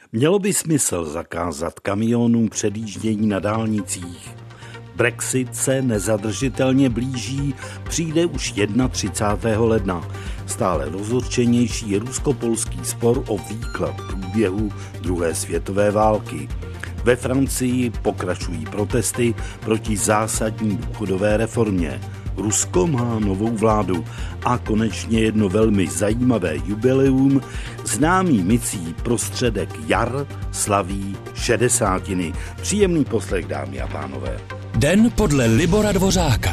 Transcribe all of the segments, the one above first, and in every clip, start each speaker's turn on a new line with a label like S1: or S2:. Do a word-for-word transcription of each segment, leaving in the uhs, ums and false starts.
S1: Mělo by smysl zakázat kamionům předjíždění na dálnicích. Brexit se nezadržitelně blíží, přijde už třicátého prvního ledna. Stále rozhořčenější je rusko-polský spor o výklad průběhu druhé světové války. Ve Francii pokračují protesty proti zásadní důchodové reformě. Rusko má novou vládu a konečně jedno velmi zajímavé jubileum. Známý mycí prostředek Jar slaví šedesátiny. Příjemný poslech, dámy a pánové.
S2: Den podle Libora Dvořáka.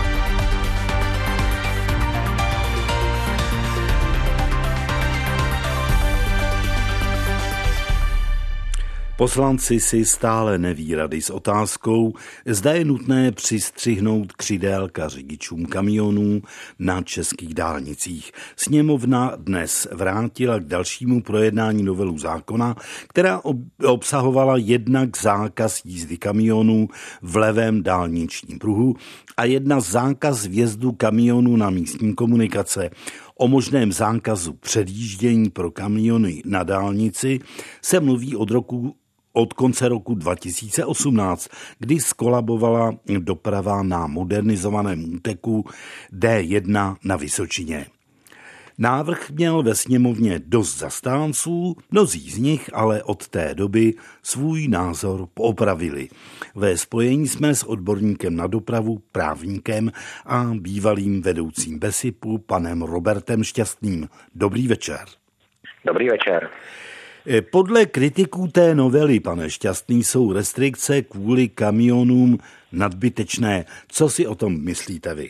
S1: Poslanci si stále neví rady s otázkou, zda je nutné přistřihnout křidélka řidičům kamionů na českých dálnicích. Sněmovna dnes vrátila k dalšímu projednání novelu zákona, která obsahovala jednak zákaz jízdy kamionů v levém dálničním pruhu a jedna zákaz vjezdu kamionů na místní komunikace. O možném zákazu předjíždění pro kamiony na dálnici se mluví od roku od konce roku dva tisíce osmnáct, kdy skolabovala doprava na modernizovaném úteku D jedna na Vysočině. Návrh měl ve sněmovně dost zastánců, mnozí z nich ale od té doby svůj názor poopravili. Ve spojení jsme s odborníkem na dopravu, právníkem a bývalým vedoucím BESIPu, panem Robertem Šťastným. Dobrý večer.
S3: Dobrý večer.
S1: Podle kritiků té novely, pane Šťastný, jsou restrikce kvůli kamionům nadbytečné. Co si o tom myslíte vy?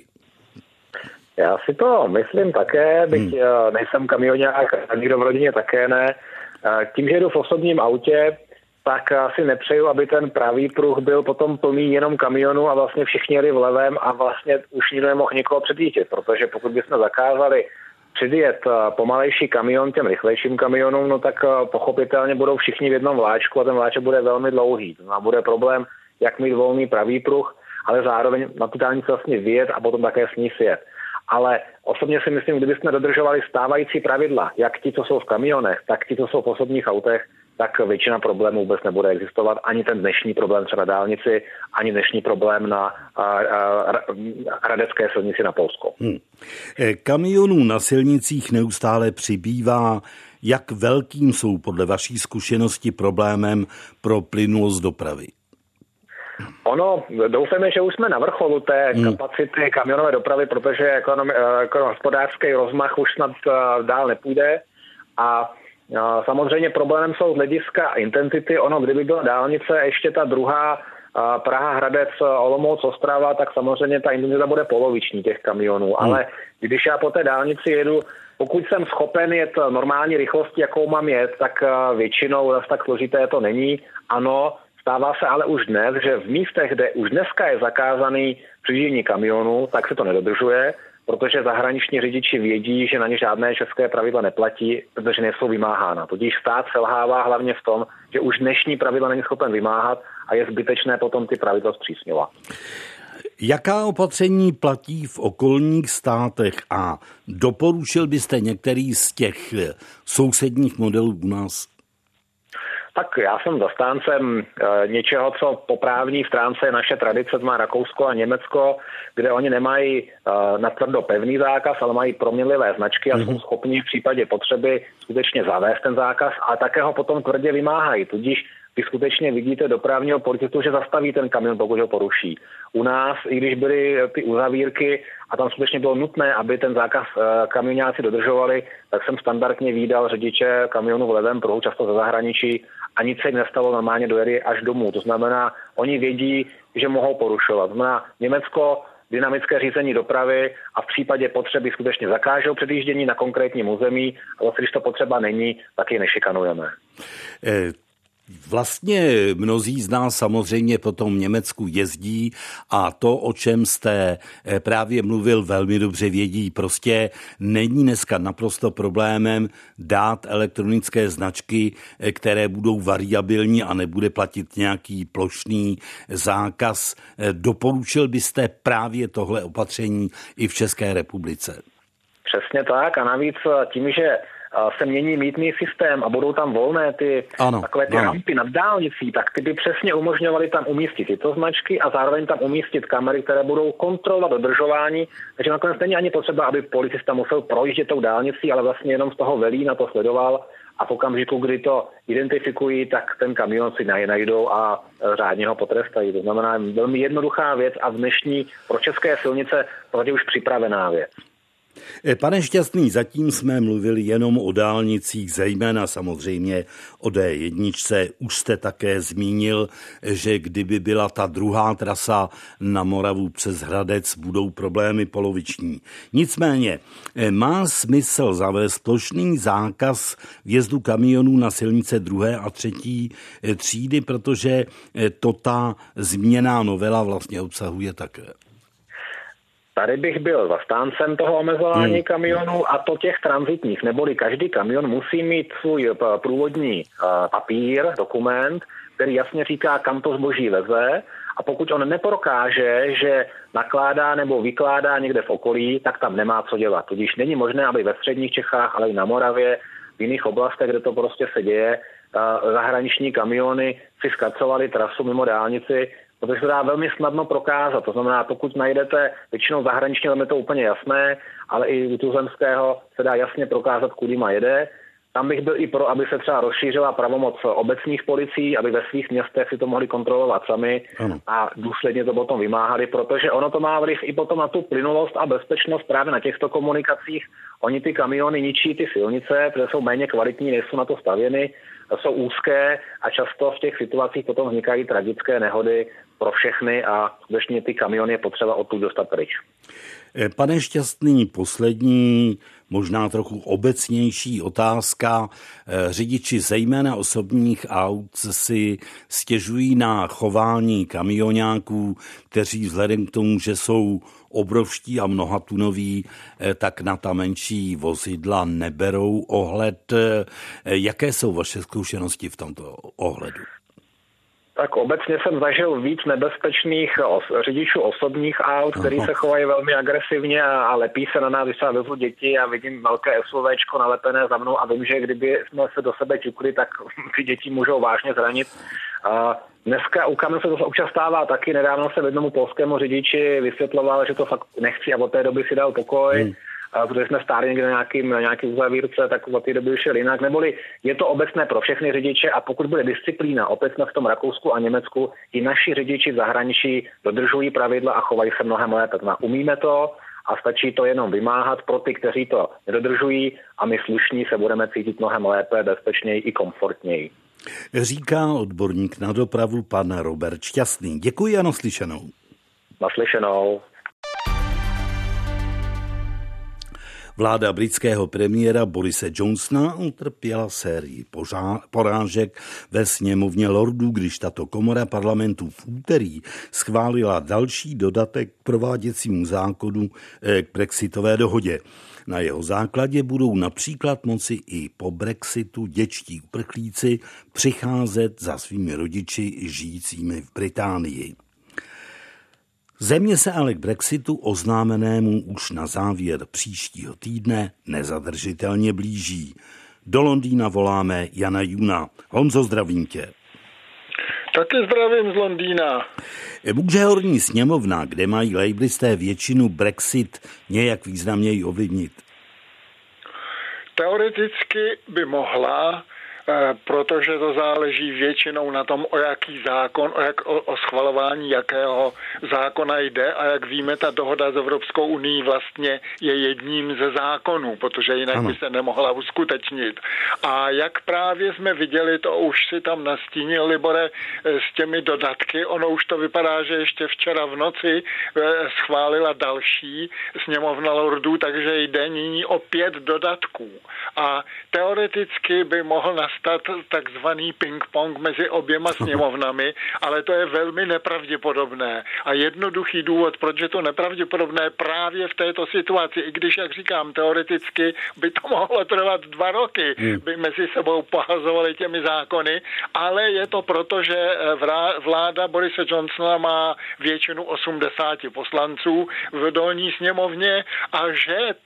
S3: Já si to myslím také, byť hmm. nejsem kamionák, a nikdo v rodině také ne. Tím, že jdu v osobním autě, tak si nepřeju, aby ten pravý pruh byl potom plný jenom kamionů a vlastně všichni jeli v levém a vlastně už nikdo nemohl někoho předjíždět, protože pokud bychom zakázali předjet pomalejší kamion těm rychlejším kamionům, no tak pochopitelně budou všichni v jednom vláčku a ten vláček bude velmi dlouhý. To znamená, bude problém, jak mít volný pravý pruh, ale zároveň na tu dálnici vlastně vyjet a potom také s ní sjet. Ale osobně si myslím, kdybychom dodržovali stávající pravidla, jak ti, co jsou v kamionech, tak ti, co jsou v osobních autech, tak většina problémů vůbec nebude existovat. Ani ten dnešní problém třeba na dálnici, ani dnešní problém na a, a, Hradecké silnici na Polsku. Hmm.
S1: Kamionů na silnicích neustále přibývá. Jak velkým jsou podle vaší zkušenosti problémem pro plynulost dopravy?
S3: Ono, doufáme, že už jsme na vrcholu té hmm. kapacity kamionové dopravy, protože ekonom, ekonom, hospodářský rozmach už snad dál nepůjde a samozřejmě problémem jsou z hlediska intenzity. Ono, kdyby byla dálnice ještě ta druhá Praha, Hradec, Olomouc, Ostrava, tak samozřejmě ta intenzita bude poloviční těch kamionů. Hmm. Ale když já po té dálnici jedu, pokud jsem schopen jet normální rychlosti, jakou mám jet, tak většinou tak složité to není. Ano, stává se ale už dnes, že v místech, kde už dneska je zakázaný předjíždění kamionů, tak se to nedodržuje, protože zahraniční řidiči vědí, že na ně žádné české pravidla neplatí, protože nejsou vymáhána. Tudíž stát selhává hlavně v tom, že už dnešní pravidla není schopen vymáhat a je zbytečné potom ty pravidla zpřísňovat.
S1: Jaká opatření platí v okolních státech a doporučil byste některý z těch sousedních modelů u nás?
S3: Tak já jsem zastáncem e, něčeho, co po právní stránce je naše tradice, to má Rakousko a Německo, kde oni nemají e, natvrdo pevný zákaz, ale mají proměnlivé značky a mm-hmm. jsou schopni v případě potřeby skutečně zavést ten zákaz a také ho potom tvrdě vymáhají. Tudíž vy skutečně vidíte dopravního policistu, že zastaví ten kamion, pokud ho poruší. U nás, i když byly ty uzavírky a tam skutečně bylo nutné, aby ten zákaz e, kamionáci dodržovali, tak jsem standardně vídal řidiče kamionu v levém pruhu, často ze zahraničí, a nic se jim nestalo, normálně dojeli až domů. To znamená, oni vědí, že mohou porušovat. To znamená, Německo dynamické řízení dopravy a v případě potřeby skutečně zakážou předjíždění na konkrétním území, ale když to potřeba není, tak ji nešikanujeme.
S1: E- Vlastně mnozí z nás samozřejmě po tom Německu jezdí a to, o čem jste právě mluvil, velmi dobře vědí. Prostě není dneska naprosto problémem dát elektronické značky, které budou variabilní a nebude platit nějaký plošný zákaz. Doporučil byste právě tohle opatření i v České republice?
S3: Přesně tak a navíc tím, že se mění mýtný systém a budou tam volné ty
S1: ano,
S3: takové ty
S1: ano.
S3: rampy nad dálnicí, tak ty by přesně umožňovaly tam umístit tyto značky a zároveň tam umístit kamery, které budou kontrolovat dodržování. Takže nakonec není ani potřeba, aby policista musel projíždět tou dálnicí, ale vlastně jenom z toho velína to sledoval a v okamžiku, kdy to identifikují, tak ten kamion si najdou a řádně ho potrestají. To znamená velmi jednoduchá věc a v dnešní pro české silnice to je už připravená věc.
S1: Pane Šťastný, zatím jsme mluvili jenom o dálnicích, zejména samozřejmě o D jedna. Už jste také zmínil, že kdyby byla ta druhá trasa na Moravu přes Hradec, budou problémy poloviční. Nicméně má smysl zavést plošný zákaz vjezdu kamionů na silnice druhé a třetí třídy, protože to ta změná novela vlastně obsahuje také.
S3: Tady bych byl zastáncem toho omezování hmm. kamionů a to těch tranzitních, neboli každý kamion musí mít svůj průvodní papír, dokument, který jasně říká, kam to zboží veze a pokud on neprokáže, že nakládá nebo vykládá někde v okolí, tak tam nemá co dělat. Tudíž není možné, aby ve středních Čechách, ale i na Moravě, v jiných oblastech, kde to prostě se děje, zahraniční kamiony si zkracovaly trasu mimo dálnici, protože se dá velmi snadno prokázat. To znamená, pokud najdete většinou zahraničně, tam je to úplně jasné, ale i u tuzemského se dá jasně prokázat, kudy má jede. Tam bych byl i pro, aby se třeba rozšířila pravomoc obecních policií, aby ve svých městech si to mohli kontrolovat sami ano. a důsledně to potom vymáhali, protože ono to má vliv i potom na tu plynulost a bezpečnost právě na těchto komunikacích. Oni ty kamiony ničí ty silnice, protože jsou méně kvalitní, nejsou na to stavěny, jsou úzké a často v těch situacích potom vznikají tragické nehody pro všechny a skutečně ty kamiony je potřeba odtud dostat pryč.
S1: Pane Šťastný, poslední, možná trochu obecnější otázka. Řidiči zejména osobních aut si stěžují na chování kamionáků, kteří vzhledem k tomu, že jsou obrovští a mnohatunoví, tak na ta menší vozidla neberou ohled. Jaké jsou vaše zkušenosti v tomto ohledu?
S3: Tak obecně jsem zažil víc nebezpečných os- řidičů osobních aut, který se chovají velmi agresivně a, a lepí se na nás, když se vezu děti a vidím velké SUVčko nalepené za mnou a vím, že kdyby jsme se do sebe ťukli, tak ty děti můžou vážně zranit. A dneska u kamionu se to občas stává taky. Nedávno jsem jednomu polskému řidiči vysvětloval, že to fakt nechci a od té doby si dal pokoj. Hmm. Protože jsme stáli někde na nějakým, na nějaký uzavírce, tak za té doby už je jinak. Neboli je to obecné pro všechny řidiče a pokud bude disciplína, opět jsme v tom Rakousku a Německu, i naši řidiči v zahraničí dodržují pravidla a chovají se mnohem lépe. Umíme to a stačí to jenom vymáhat pro ty, kteří to nedodržují a my slušní se budeme cítit mnohem lépe, bezpečněji i komfortněji.
S1: Říká odborník na dopravu pan Robert Šťastný. Děkuji a naslyšenou. Naslyšenou. Vláda britského premiéra Borise Johnsona utrpěla sérii požá- porážek ve sněmovně lordů, když tato komora parlamentu v úterý schválila další dodatek k prováděcímu zákonu k brexitové dohodě. Na jeho základě budou například moci i po brexitu dětští uprchlíci přicházet za svými rodiči žijícími v Británii. Země se ale k brexitu oznámenému už na závěr příštího týdne nezadržitelně blíží. Do Londýna voláme Jana Juna. Honzo, zdravím tě.
S4: Taky zdravím z Londýna.
S1: Může horní sněmovna, kde mají lejbristé většinu, Brexit nějak významněji ovlivnit?
S4: Teoreticky by mohla, protože to záleží většinou na tom, o jaký zákon, o, jak, o, o schvalování jakého zákona jde a jak víme, ta dohoda s Evropskou unií vlastně je jedním ze zákonů, protože jinak ano. by se nemohla uskutečnit. A jak právě jsme viděli, to už si tam nastínil, Libore, s těmi dodatky, ono už to vypadá, že ještě včera v noci schválila další sněmovna lordů, takže jde nyní o pět dodatků. A teoreticky by mohl nastat takzvaný ping-pong mezi oběma sněmovnami, ale to je velmi nepravděpodobné. A jednoduchý důvod, proč je to nepravděpodobné právě v této situaci, i když, jak říkám, teoreticky by to mohlo trvat dva roky, by mezi sebou pohazovali těmi zákony, ale je to proto, že vláda Borise Johnsona má většinu osmdesáti poslanců v dolní sněmovně a že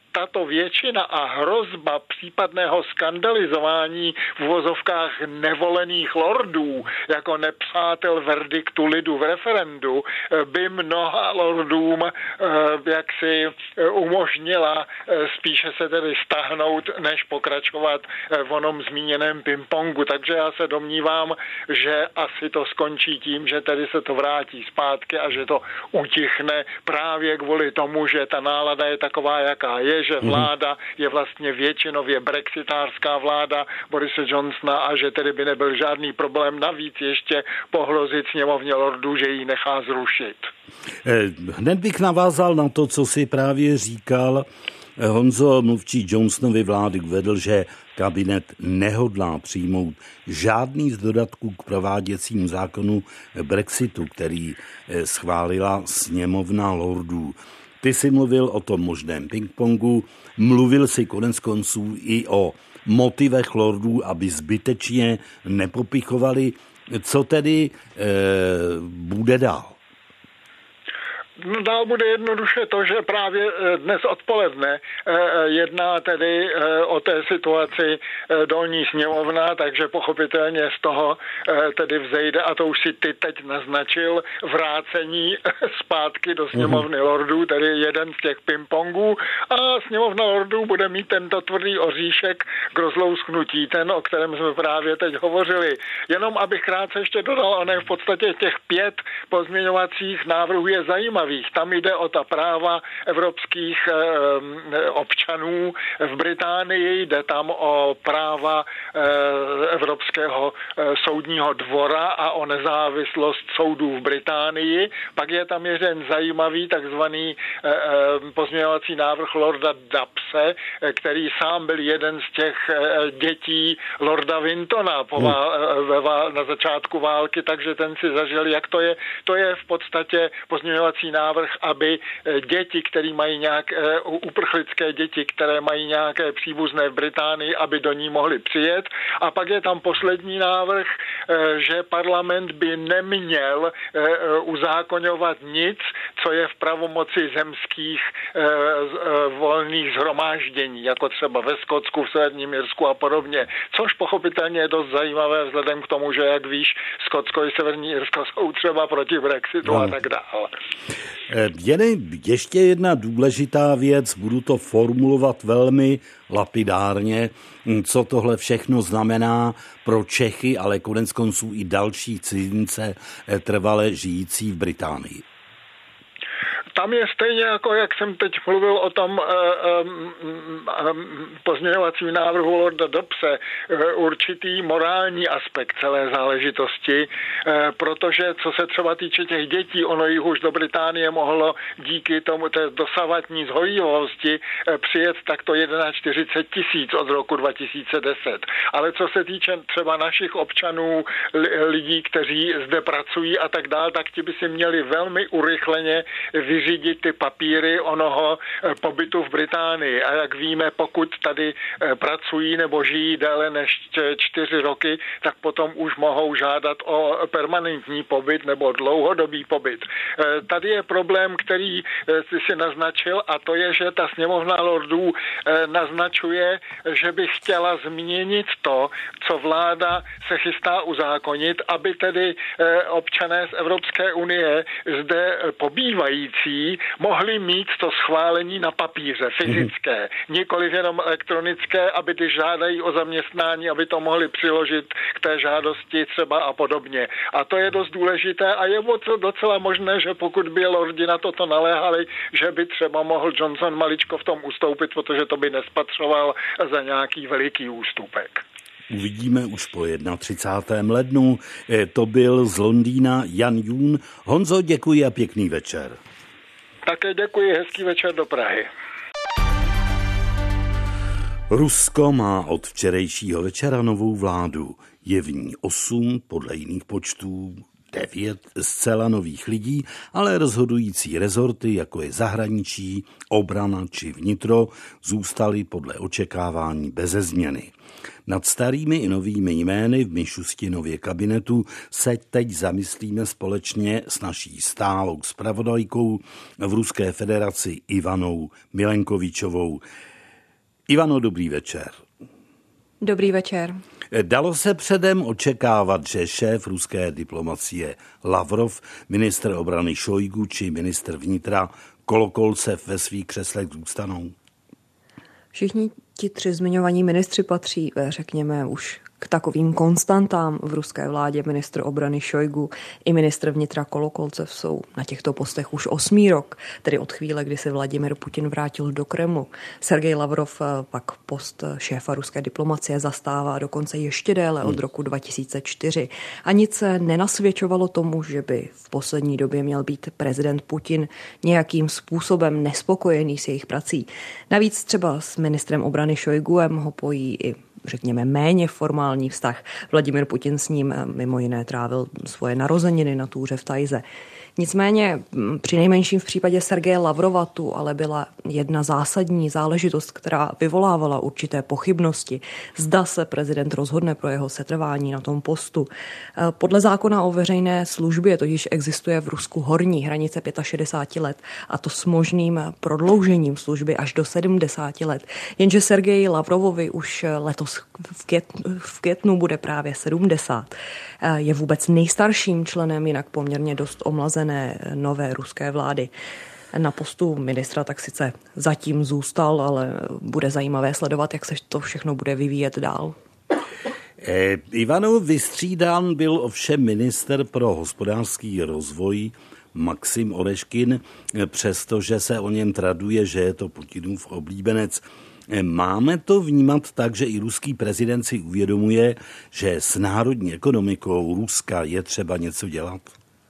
S4: tato většina a hrozba případného skandalizování v uvozovkách nevolených lordů jako nepřátel verdiktu lidu v referendu by mnoha lordům jaksi umožnila spíše se tedy stáhnout, než pokračovat v onom zmíněném pingpongu. Takže já se domnívám, že asi to skončí tím, že tedy se to vrátí zpátky a že to utichne právě kvůli tomu, že ta nálada je taková, jaká je, že vláda je vlastně většinově brexitářská vláda Borise Johnsona a že tedy by nebyl žádný problém navíc ještě pohrozit sněmovně lordů, že ji nechá zrušit.
S1: Hned bych navázal na to, co si právě říkal. Honzo, mluvčí Johnsonovy vlády uvedl, že kabinet nehodlá přijmout žádný z dodatků k prováděcímu zákonu Brexitu, který schválila sněmovna lordů. Ty jsi mluvil o tom možném pingpongu, mluvil si konec konců i o motivech lordů, aby zbytečně nepopichovali. Co tedy e, bude dál?
S4: No, dál bude jednoduše to, že právě dnes odpoledne jedná tedy o té situaci dolní sněmovna, takže pochopitelně z toho tedy vzejde, a to už si ty teď naznačil, vrácení zpátky do sněmovny lordů, tedy jeden z těch pingpongů, a sněmovna lordů bude mít tento tvrdý oříšek k rozlousknutí, ten, o kterém jsme právě teď hovořili. Jenom abych krátce ještě dodal, ono v podstatě těch pět pozměňovacích návrhů je zajímavý. Tam jde o ta práva evropských e, občanů v Británii, jde tam o práva e, Evropského e, soudního dvora a o nezávislost soudů v Británii. Pak je tam jeden zajímavý takzvaný e, e, pozměňovací návrh lorda Dubse, e, který sám byl jeden z těch e, dětí lorda Wintona po vál, e, na začátku války, takže ten si zažil, jak to je. To je v podstatě pozměňovací návrh, aby děti, které mají nějaké uprchlické děti, které mají nějaké příbuzné v Británii, aby do ní mohly přijet. A pak je tam poslední návrh, že parlament by neměl uzákoňovat nic, co je v pravomoci zemských volných shromáždění, jako třeba ve Skotsku, v Severním Irsku a podobně. Což pochopitelně je dost zajímavé vzhledem k tomu, že jak víš, Skotsko i Severní Irsko jsou třeba proti Brexitu no. a tak dále.
S1: Jen ještě jedna důležitá věc, budu to formulovat velmi lapidárně, co tohle všechno znamená pro Čechy, ale konec konců i další cizince trvale žijící v Británii.
S4: Tam je stejně jako, jak jsem teď mluvil o tom um, um, pozměňovacím návrhu lorda Dubse, určitý morální aspekt celé záležitosti, uh, protože co se třeba týče těch dětí, ono jich už do Británie mohlo díky tomu té dosavadní zhojivosti uh, přijet takto čtyřicet jedna tisíc od roku dva tisíce deset. Ale co se týče třeba našich občanů, lidí, kteří zde pracují a tak dál, tak ti by si měli velmi urychleně vyřídit ty papíry onoho pobytu v Británii. A jak víme, pokud tady pracují nebo žijí déle než čtyři roky, tak potom už mohou žádat o permanentní pobyt nebo dlouhodobý pobyt. Tady je problém, který jsi si naznačil, a to je, že ta sněmovna lordů naznačuje, že by chtěla změnit to, co vláda se chystá uzákonit, aby tedy občané z Evropské unie zde pobývající mohli mít to schválení na papíře, fyzické, mm. nikoliv jenom elektronické, aby ty žádají o zaměstnání, aby to mohli přiložit k té žádosti třeba a podobně. A to je dost důležité a je docela možné, že pokud by lordi na toto naléhali, že by třeba mohl Johnson maličko v tom ustoupit, protože to by nespatřoval za nějaký veliký ústupek.
S1: Uvidíme už po třicátého prvního lednu. To byl z Londýna Jan Jún. Honzo, děkuji a pěkný večer.
S4: Také děkuji, hezký večer do Prahy.
S1: Rusko má od včerejšího večera novou vládu. Je v ní osm, podle jiných počtů devět zcela nových lidí, ale rozhodující rezorty, jako je zahraničí, obrana či vnitro, zůstaly podle očekávání beze změny. Nad starými i novými jmény v Mišustinově kabinetu se teď zamyslíme společně s naší stálou zpravodajkou v Ruské federaci Ivanou Milenkovičovou. Ivano, dobrý večer.
S5: Dobrý večer.
S1: Dalo se předem očekávat, že šéf ruské diplomacie Lavrov, ministr obrany Šojgu či ministr vnitra Kolokolcev ve svých křeslech zůstanou?
S5: Všichni ti tři zmiňovaní ministři patří, řekněme, už k takovým konstantám v ruské vládě. Ministr obrany Šojgu i ministr vnitra Kolokolcev jsou na těchto postech už osmý rok, tedy od chvíle, kdy se Vladimir Putin vrátil do Kremlu. Sergej Lavrov pak post šéfa ruské diplomacie zastává dokonce ještě déle od roku dva tisíce čtyři. A nic se nenasvědčovalo tomu, že by v poslední době měl být prezident Putin nějakým způsobem nespokojený s jejich prací. Navíc třeba s ministrem obrany Šojguem ho pojí i řekněme méně formální vztah. Vladimir Putin s ním mimo jiné trávil svoje narozeniny na túře v Tajze. Nicméně při nejmenším v případě Sergeje Lavrova tu ale byla jedna zásadní záležitost, která vyvolávala určité pochybnosti. Zda se prezident rozhodne pro jeho setrvání na tom postu. Podle zákona o veřejné službě totiž existuje v Rusku horní hranice šedesáti pěti let, a to s možným prodloužením služby až do sedmdesáti let. Jenže Sergeji Lavrovovi už letos v květnu, v květnu bude právě sedmdesát. Je vůbec nejstarším členem jinak poměrně dost omlazené nové ruské vlády. Na postu ministra tak sice zatím zůstal, ale bude zajímavé sledovat, jak se to všechno bude vyvíjet dál.
S1: Eh, Ivanu, vystřídán byl ovšem minister pro hospodářský rozvoj Maxim Oreškin, přestože se o něm traduje, že je to Putinův oblíbenec. Máme to vnímat tak, že i ruský prezident si uvědomuje, že s národní ekonomikou Ruska je třeba něco dělat?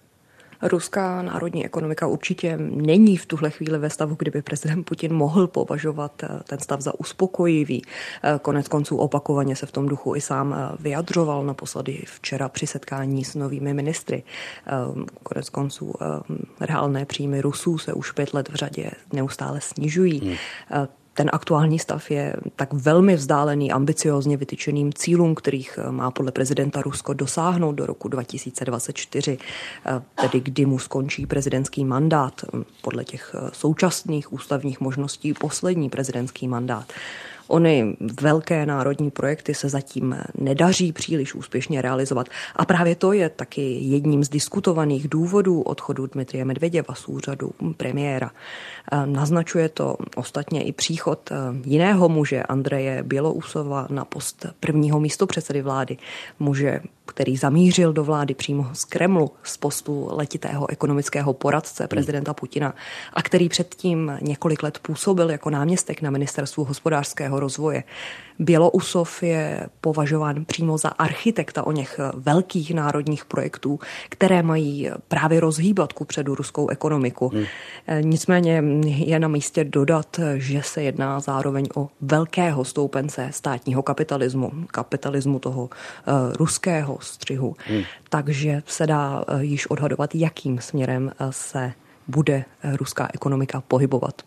S5: Ruská národní ekonomika určitě není v tuhle chvíli ve stavu, kdyby prezident Putin mohl považovat ten stav za uspokojivý. Konec konců opakovaně se v tom duchu i sám vyjadřoval, naposledy včera při setkání s novými ministry. Konec konců reálné příjmy Rusů se už pět let v řadě neustále snižují. Hmm. Ten aktuální stav je tak velmi vzdálený ambiciózně vytyčeným cílům, kterých má podle prezidenta Rusko dosáhnout do roku dva tisíce dvacet čtyři, tedy kdy mu skončí prezidentský mandát. Podle těch současných ústavních možností poslední prezidentský mandát. Ony velké národní projekty se zatím nedaří příliš úspěšně realizovat. A právě to je taky jedním z diskutovaných důvodů odchodu Dmitrije Medveděva z úřadu premiéra. Naznačuje to ostatně i příchod jiného muže, Andreje Bělousova, na post prvního místopředsedy vlády. Muže, který zamířil do vlády přímo z Kremlu, z postu letitého ekonomického poradce prezidenta Putina a který předtím několik let působil jako náměstek na ministerstvu hospodářského rozvoje. Bělousov je považován přímo za architekta o něch velkých národních projektů, které mají právě rozhýbat kupředu ruskou ekonomiku. Hmm. Nicméně je na místě dodat, že se jedná zároveň o velkého stoupence státního kapitalismu, kapitalismu toho uh, ruského střihu. Hmm. Takže se dá uh, již odhadovat, jakým směrem uh, se bude uh, ruská ekonomika pohybovat.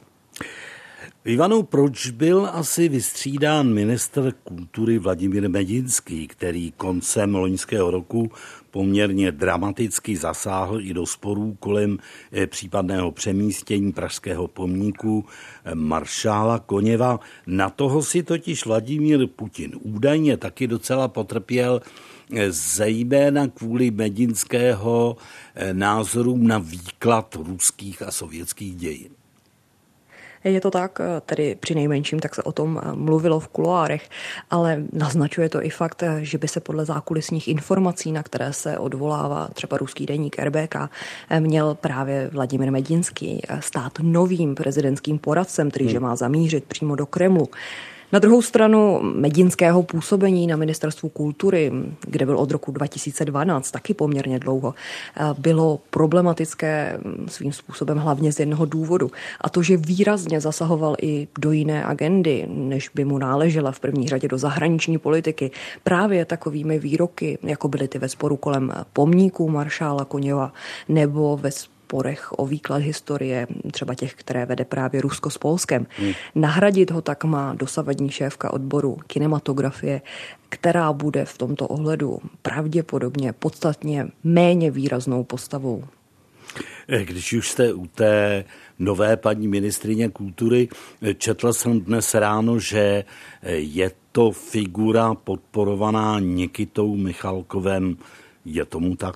S1: Ivanu, proč byl asi vystřídán ministr kultury Vladimír Medinský, který koncem loňského roku poměrně dramaticky zasáhl i do sporů kolem případného přemístění pražského pomníku maršála Koněva? Na toho si totiž Vladimír Putin údajně taky docela potrpěl, zejména kvůli Medinského názorům na výklad ruských a sovětských dějin.
S5: Je to tak, tedy při nejmenším, tak se o tom mluvilo v kuloárech, ale naznačuje to i fakt, že by se podle zákulisních informací, na které se odvolává třeba ruský deník R B K, měl právě Vladimír Medinský stát novým prezidentským poradcem, který hmm. že má zamířit přímo do Kremlu. Na druhou stranu medinského působení na ministerstvu kultury, kde byl od roku dva tisíce dvanáct taky poměrně dlouho, bylo problematické svým způsobem hlavně z jednoho důvodu. A to, že výrazně zasahoval i do jiné agendy, než by mu náležela, v první řadě do zahraniční politiky, právě takovými výroky, jako byly ty ve sporu kolem pomníků maršála Koněva nebo ve sporech o výklad historie, třeba těch, které vede právě Rusko s Polskem. Hmm. Nahradit ho tak má dosavadní šéfka odboru kinematografie, která bude v tomto ohledu pravděpodobně podstatně méně výraznou postavou.
S1: Když už jste u té nové paní ministryně kultury, četl jsem dnes ráno, že je to figura podporovaná Nikitou Michalkovem. Je tomu tak?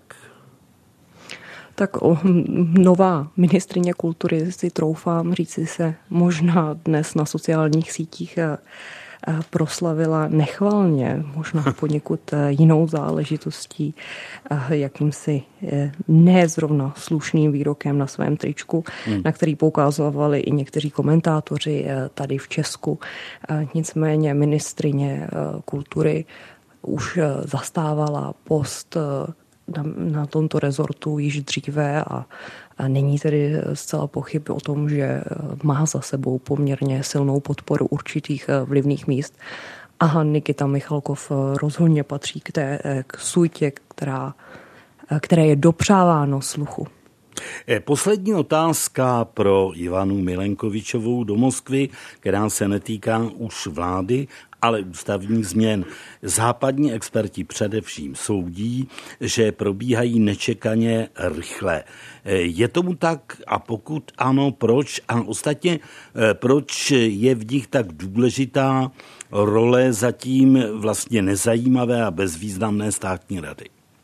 S5: Tak o, nová ministryně kultury, si troufám říci, se možná dnes na sociálních sítích proslavila nechvalně, možná poněkud jinou záležitostí, jakýmsi ne zrovna slušným výrokem na svém tričku, hmm. na který poukazovali i někteří komentátoři tady v Česku. Nicméně ministryně kultury už zastávala post na, na tomto rezortu již dříve a, a není tedy zcela pochyb o tom, že má za sebou poměrně silnou podporu určitých vlivných míst. A Nikita Michalkov rozhodně patří k té k suitě, která, které je dopřáváno sluchu.
S1: Poslední otázka pro Ivanu Milenkovičovou do Moskvy, která se netýká už vlády, ale ústavních změn. Západní experti především soudí, že probíhají nečekaně rychle. Je tomu tak a pokud ano, proč? A ostatně, proč je v nich tak důležitá role zatím vlastně nezajímavé a bezvýznamné státní rady?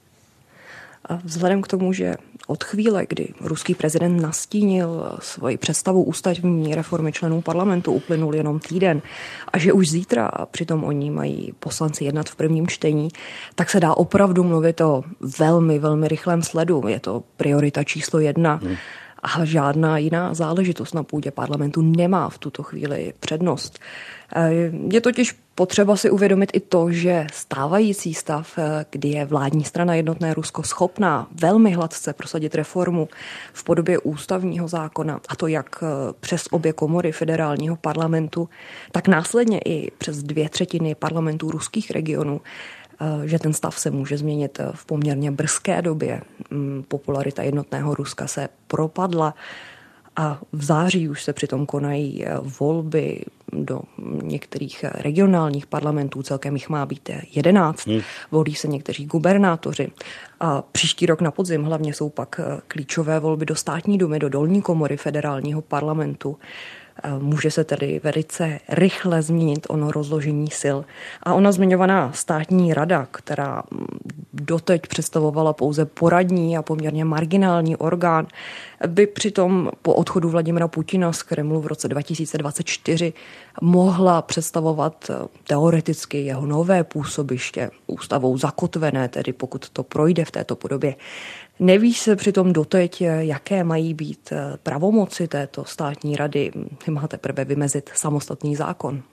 S5: A vzhledem k tomu, že od chvíle, kdy ruský prezident nastínil svoji představu ústavní reformy členů parlamentu, uplynul jenom týden a že už zítra přitom oni mají poslanci jednat v prvním čtení, tak se dá opravdu mluvit o velmi, velmi rychlém sledu. Je to priorita číslo jedna. Hmm. A žádná jiná záležitost na půdě parlamentu nemá v tuto chvíli přednost. Je totiž potřeba si uvědomit i to, že stávající stav, kdy je vládní strana Jednotné Rusko schopná velmi hladce prosadit reformu v podobě ústavního zákona, a to jak přes obě komory federálního parlamentu, tak následně i přes dvě třetiny parlamentů ruských regionů, že ten stav se může změnit v poměrně brzké době. Popularita Jednotného Ruska se propadla a v září už se přitom konají volby do některých regionálních parlamentů, celkem jich má být jedenáct, hmm. volí se někteří gubernátoři. A příští rok na podzim hlavně jsou pak klíčové volby do státní dumy, do dolní komory federálního parlamentu. Může se tedy velice rychle změnit ono rozložení sil. A ona zmiňovaná státní rada, která doteď představovala pouze poradní a poměrně marginální orgán, by přitom po odchodu Vladimira Putina z Kremlu v roce dva tisíce dvacet čtyři mohla představovat teoreticky jeho nové působiště, ústavou zakotvené, tedy pokud to projde v této podobě. Neví se přitom doteď, jaké mají být pravomoci této státní rady. Má teprve vymezit samostatný zákon.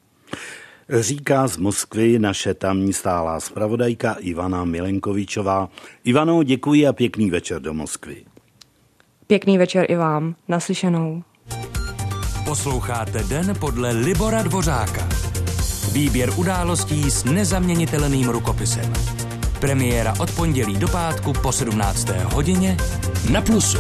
S1: Říká z Moskvy naše tamní stálá zpravodajka Ivana Milenkovičová. Ivano, děkuji a pěkný večer do Moskvy.
S5: Pěkný večer i vám. Naslyšenou.
S2: Posloucháte Den podle Libora Dvořáka. Výběr událostí s nezaměnitelným rukopisem. Premiéra od pondělí do pátku po sedmnácté hodině na Plusu.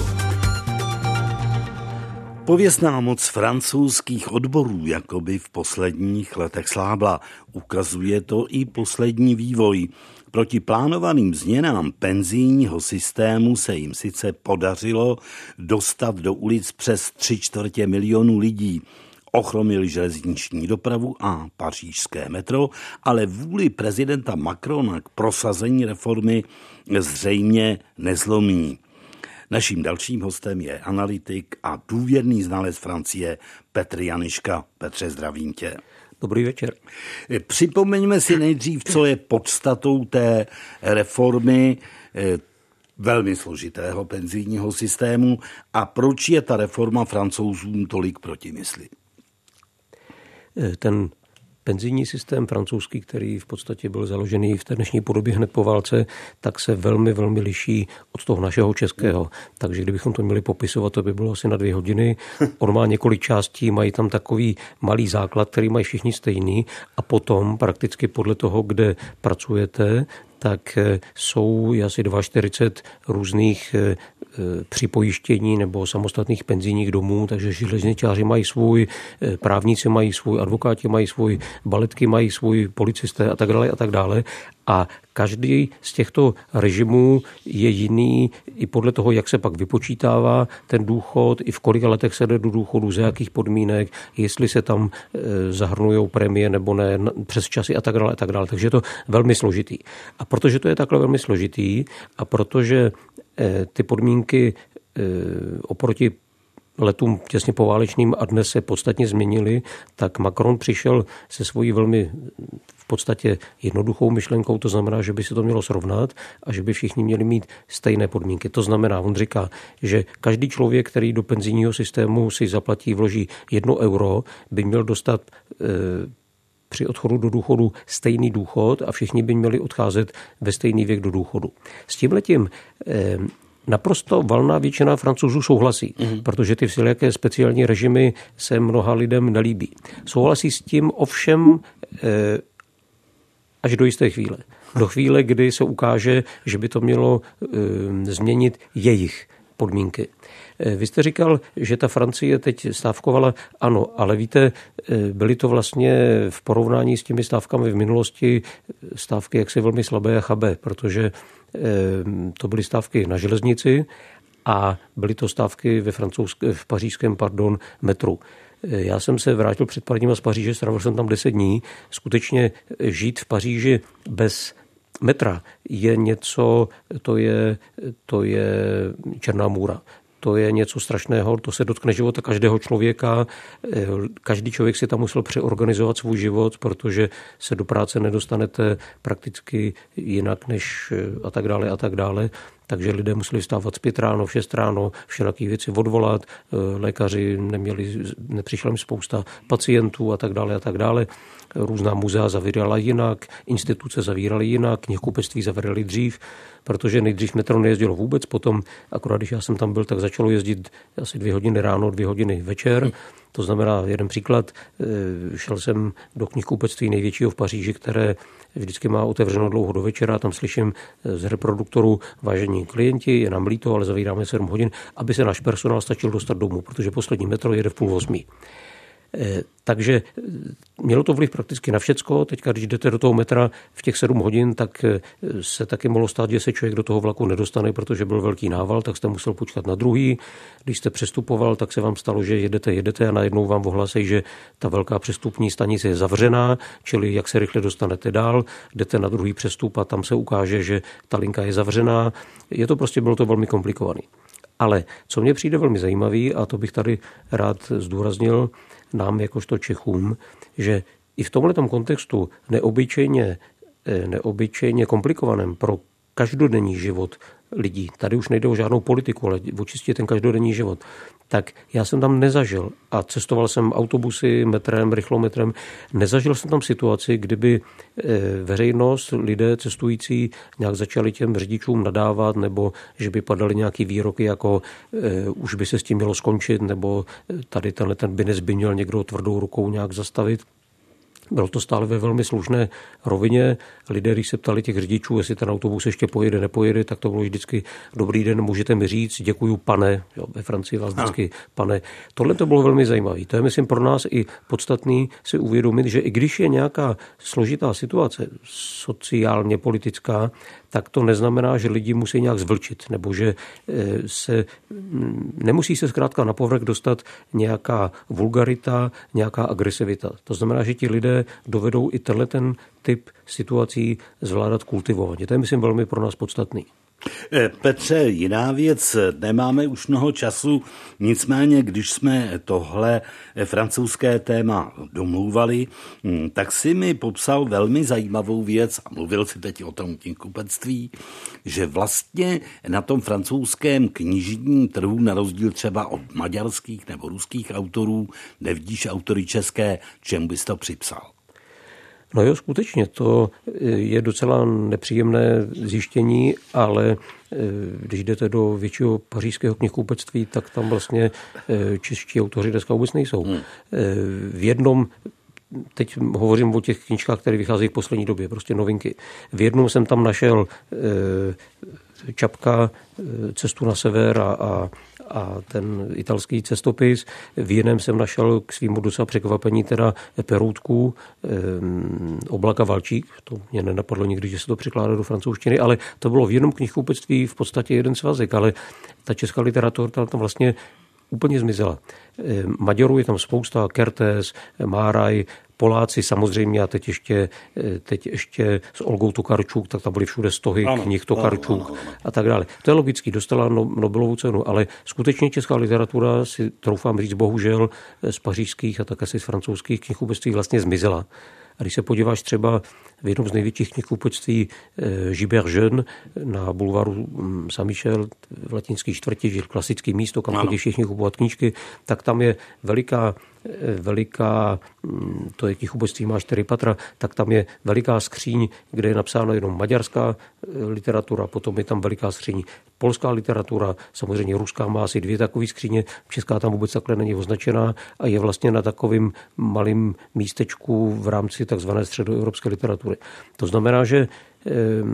S1: Pověstná moc francouzských odborů jakoby v posledních letech slábla. Ukazuje to i poslední vývoj. Proti plánovaným změnám penzijního systému se jim sice podařilo dostat do ulic přes tři čtvrtě milionu lidí. Ochromili železniční dopravu a pařížské metro, ale vůli prezidenta Macrona k prosazení reformy zřejmě nezlomí. Naším dalším hostem je analytik a důvěrný znalec Francie Petr Janiška. Petře, zdravím tě.
S6: Dobrý večer.
S1: Připomeňme si nejdřív, co je podstatou té reformy velmi složitého penzijního systému a proč je ta reforma Francouzům tolik proti mysli.
S6: Ten penzijní systém francouzský, který v podstatě byl založený v té dnešní podobě hned po válce, tak se velmi, velmi liší od toho našeho českého. Takže kdybychom to měli popisovat, to by bylo asi na dvě hodiny. On má několik částí, mají tam takový malý základ, který mají všichni stejný a potom prakticky podle toho, kde pracujete, tak jsou asi čtyřicet dva různých připojištění nebo samostatných penzijních domů, takže železničáři mají svůj, právníci mají svůj, advokáti mají svůj, baletky mají svůj, policisté a tak dále a tak dále. A každý z těchto režimů je jiný i podle toho, jak se pak vypočítává ten důchod, i v kolika letech se jde do důchodu, za jakých podmínek, jestli se tam zahrnujou prémie nebo ne, přes časy a tak dále a tak dále. Takže je to velmi složitý. A protože to je takhle velmi složitý a protože ty podmínky oproti letům těsně poválečným a dnes se podstatně změnily, tak Macron přišel se svojí velmi v podstatě jednoduchou myšlenkou, to znamená, že by se to mělo srovnat a že by všichni měli mít stejné podmínky. To znamená, on říká, že každý člověk, který do penzijního systému si zaplatí, vloží jedno euro, by měl dostat e, při odchodu do důchodu stejný důchod a všichni by měli odcházet ve stejný věk do důchodu. S tímhletím e, naprosto valná většina Francouzů souhlasí, mm. protože ty všelijaké speciální režimy se mnoha lidem nelíbí. Souhlasí s tím ovšem e, až do jisté chvíle. Do chvíle, kdy se ukáže, že by to mělo e, změnit jejich podmínky. E, vy jste říkal, že ta Francie teď stávkovala. Ano, ale víte, e, byly to vlastně v porovnání s těmi stávkami v minulosti stávky jaksi velmi slabé a chabé, protože to byly stávky na železnici a byly to stávky ve francouzské, v pařížském, pardon, metru. Já jsem se vrátil před pár dníma z Paříže, strávil jsem tam deset dní. Skutečně žít v Paříži bez metra je něco, to je, to je černá můra. To je něco strašného, to se dotkne života každého člověka. Každý člověk si tam musel přeorganizovat svůj život, protože se do práce nedostanete prakticky jinak než a tak dále a tak dále. Takže lidé museli vstávat zpět ráno, v šest ráno, všelaký věci odvolat, lékaři neměli, nepřišla jim spousta pacientů a tak dále a tak dále. Různá muzea zavírala jinak, instituce zavíraly jinak, knihkupectví zavírali dřív, protože nejdřív metro nejezdilo vůbec, potom, akorát když já jsem tam byl, tak začalo jezdit asi dvě hodiny ráno, dvě hodiny večer. To znamená, jeden příklad, šel jsem do knihkupectví největšího v Paříži, které vždycky má otevřeno dlouho do večera, tam slyším z reproduktoru: vážení klienti, je nám líto, ale zavíráme sedm hodin, aby se náš personál stačil dostat domů, protože poslední metro jede v půl osmí. Takže mělo to vliv prakticky na všecko. Teďka, když jdete do toho metra v těch sedm hodin, tak se taky mohlo stát, že se člověk do toho vlaku nedostane, protože byl velký nával, tak jste musel počkat na druhý. Když jste přestupoval, tak se vám stalo, že jedete, jedete a najednou vám ohlásejí, že ta velká přestupní stanice je zavřená, čili jak se rychle dostanete dál, jdete na druhý přestup a tam se ukáže, že ta linka je zavřená. Je to prostě, bylo to velmi komplikovaný. Ale co mně přijde velmi zajímavý, a to bych tady rád zdůraznil nám jakožto Čechům, že i v tomhletom kontextu neobyčejně, neobyčejně komplikovaném pro každodenní život lidí, tady už nejde o žádnou politiku, ale o čistě ten každodenní život, tak já jsem tam nezažil a cestoval jsem autobusy, metrem, rychlometrem, nezažil jsem tam situaci, kdyby veřejnost, lidé cestující nějak začali těm řidičům nadávat, nebo že by padaly nějaký výroky jako už by se s tím mělo skončit, nebo tady tenhle ten bynes by měl někdo tvrdou rukou nějak zastavit. Bylo to stále ve velmi slušné rovině. Lidé, když se ptali těch řidičů, jestli ten autobus ještě pojede, nepojede, tak to bylo vždycky: dobrý den, můžete mi říct, děkuju, pane. Jo, ve Francii vás vždycky pane. Tohle to bylo velmi zajímavé. To je, myslím, pro nás i podstatný si uvědomit, že i když je nějaká složitá situace, sociálně politická, tak to neznamená, že lidi musí nějak zvlčit, nebo že se nemusí se zkrátka na povrch dostat nějaká vulgarita, nějaká agresivita. To znamená, že ti lidé dovedou i tenhle ten typ situací zvládat kultivovaně. To je, myslím, velmi pro nás podstatný.
S1: Petře, jiná věc, nemáme už mnoho času, nicméně, když jsme tohle francouzské téma domluvali, tak si mi popsal velmi zajímavou věc a mluvil si teď o tom knihkupectví, že vlastně na tom francouzském knižním trhu, na rozdíl třeba od maďarských nebo ruských autorů, nevidíš autory české. Čemu bys to připsal?
S6: No jo, skutečně, to je docela nepříjemné zjištění, ale když jdete do většího pařížského knihkupectví, tak tam vlastně čeští autoři dneska vůbec nejsou. Hmm. V jednom, teď hovořím o těch knížkách, které vycházejí v poslední době, prostě novinky. V jednom jsem tam našel Čapka, Cestu na sever a, a, a ten italský cestopis. V jiném jsem našel k svýmu docela překvapení teda Peroutku, Oblaka Valčík. To mě nenapadlo nikdy, že se to překládá do francouzštiny, ale to bylo v jednom knihkupectví v podstatě jeden svazek, ale ta česká literatura tam vlastně úplně zmizela. Maďarů je tam spousta, Kertész, Máraj, Poláci samozřejmě a teď ještě, teď ještě s Olgou Tokarčuk, tak tam byly všude stohy ano, knih Tokarčuk ano, ano, ano. a tak dále. To je logický, dostala Nobelovu cenu, ale skutečně česká literatura, si troufám říct, bohužel z pařížských a tak asi z francouzských knihkupectví vlastně zmizela. A když se podíváš třeba v jednom z největších knihkupectví Gilbert Jeune na bulvaru Saint-Michel v latinské čtvrti, že klasický místo, kam chodí všichni kupovat knížky, tak tam je veliká, veliká, to je knihkupectví, má čtyři patra, tak tam je veliká skříň, kde je napsáno jenom maďarská literatura, potom je tam veliká skříň polská literatura, samozřejmě ruská má asi dvě takové skříně, česká tam vůbec takhle není označená a je vlastně na takovým malým místečku v rámci takzvané středoevropské literatury. To znamená, že eh,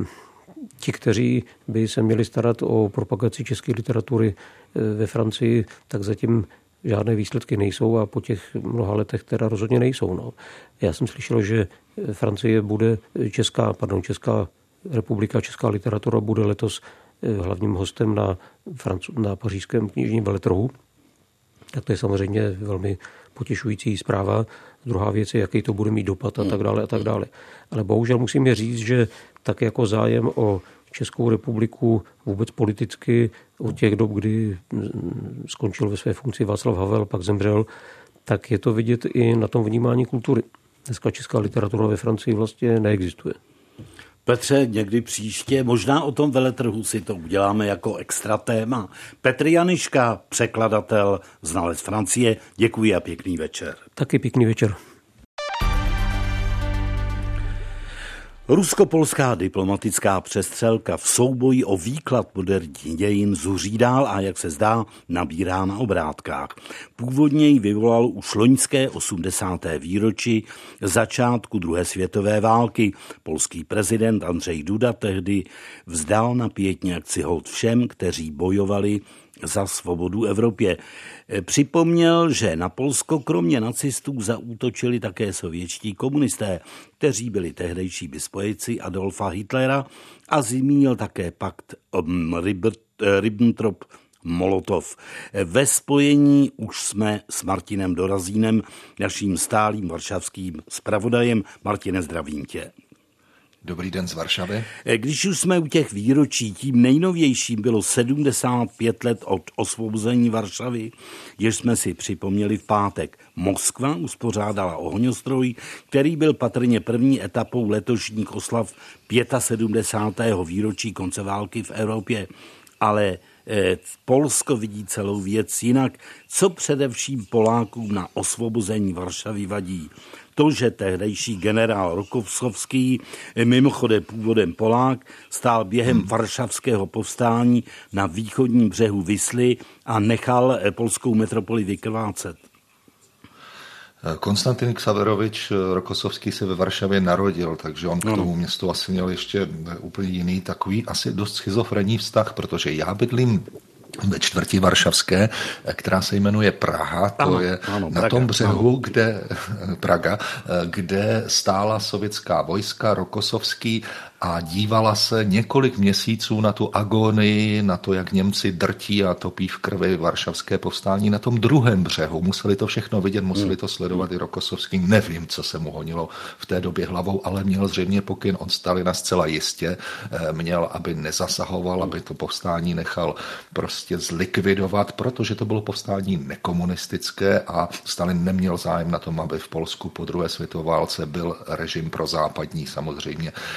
S6: ti, kteří by se měli starat o propagaci české literatury eh, ve Francii, tak zatím žádné výsledky nejsou a po těch mnoha letech teda rozhodně nejsou. No. Já jsem slyšel, že Francie bude, Česká, pardon, Česká republika, česká literatura bude letos hlavním hostem na, Francu- na pařížském knižním veletrhu. Tak to je samozřejmě velmi potěšující zpráva. Druhá věc je, jaký to bude mít dopad a tak dále a tak dále. Ale bohužel musím je říct, že tak jako zájem o Českou republiku vůbec politicky od těch dob, kdy skončil ve své funkci Václav Havel, pak zemřel, tak je to vidět i na tom vnímání kultury. Dneska česká literatura ve Francii vlastně neexistuje.
S1: Petře, někdy příště, možná o tom veletrhu si to uděláme jako extra téma. Petr Janiška, překladatel, znalec Francie, děkuji a pěkný večer.
S6: Taky pěkný večer.
S1: Rusko-polská diplomatická přestřelka v souboji o výklad moderních dějin zuří dál a, jak se zdá, nabírá na obrátkách. Původně ji vyvolal už loňské osmdesáté výročí začátku druhé světové války. Polský prezident Andrzej Duda tehdy vzdal na pietní akci hold všem, kteří bojovali za svobodu Evropě. Připomněl, že na Polsko kromě nacistů zaútočili také sovětští komunisté, kteří byli tehdejší spojenci Adolfa Hitlera, a zmínil také pakt Ribbentrop-Molotov. Ve spojení už jsme s Martinem Dorazínem, naším stálým varšavským zpravodajem. Martine, zdravím tě.
S7: Dobrý den z Varšavy.
S1: Když už jsme u těch výročí, tím nejnovějším bylo sedmdesát pět let od osvobození Varšavy, jež jsme si připomněli v pátek. Moskva uspořádala ohňostroj, který byl patrně první etapou letošních oslav sedmdesátého pátého výročí konce války v Evropě. Ale eh, Polsko vidí celou věc jinak. Co především Polákům na osvobození Varšavy vadí? To, že tehdejší generál Rokossovský, mimochodem původem Polák, stál během hmm. varšavského povstání na východním břehu Visly a nechal polskou metropoli vykrvácet.
S7: Konstantin Ksaverovič Rokossovský se ve Varšavě narodil, takže on k tomu městu asi měl ještě úplně jiný, takový asi dost schizofrenní vztah, protože já bydlím ve čtvrti varšavské, která se jmenuje Praha, to ano, je ano, na Praga, tom břehu, ano. kde Praga, kde stála sovětská vojska, Rokossovský, a dívala se několik měsíců na tu agonii, na to, jak Němci drtí a topí v krvi varšavské povstání na tom druhém břehu. Museli to všechno vidět, museli to sledovat i Rokossovský. Nevím, co se mu honilo v té době hlavou, ale měl zřejmě pokyn od Stalina zcela jistě. Měl, aby nezasahoval, aby to povstání nechal prostě zlikvidovat, protože to bylo povstání nekomunistické a Stalin neměl zájem na tom, aby v Polsku po druhé světové válce byl režim prozápadní. Samozřejmě to